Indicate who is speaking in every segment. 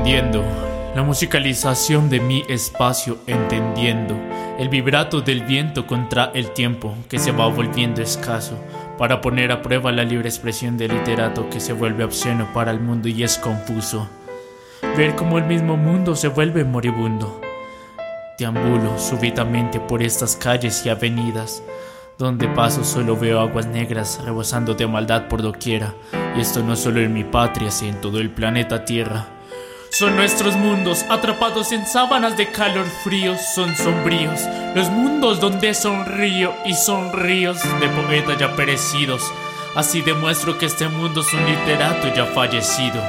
Speaker 1: Entendiendo la musicalización de mi espacio, entendiendo el vibrato del viento contra el tiempo que se va volviendo escaso, para poner a prueba la libre expresión del literato que se vuelve obsceno para el mundo y es confuso. Ver cómo el mismo mundo se vuelve moribundo. Deambulo súbitamente por estas calles y avenidas, donde paso solo veo aguas negras rebosando de maldad por doquiera. Y esto no solo en mi patria, sino en todo el planeta Tierra. Son nuestros mundos atrapados en sábanas de calor fríos, son sombríos los mundos donde sonrío y son ríos de poetas ya perecidos. Así demuestro que este mundo es un literato ya fallecido.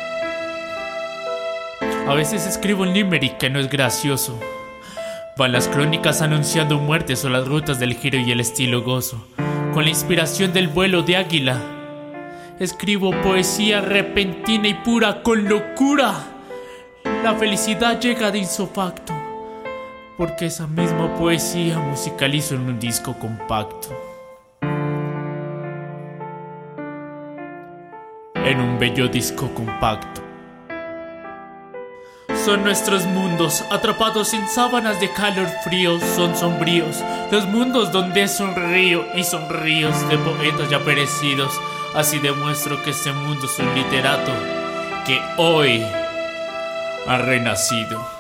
Speaker 1: A veces escribo un limerick que no es gracioso. Van las crónicas anunciando muertes o las rutas del giro y el estilo gozo. Con la inspiración del vuelo de águila, escribo poesía repentina y pura con locura. La felicidad llega de insofacto, porque esa misma poesía musicalizo en un disco compacto. En un bello disco compacto. Son nuestros mundos atrapados en sábanas de calor frío, son sombríos los mundos donde sonrío y son ríos de poetas ya perecidos. Así demuestro que este mundo es un literato que hoy ha renacido.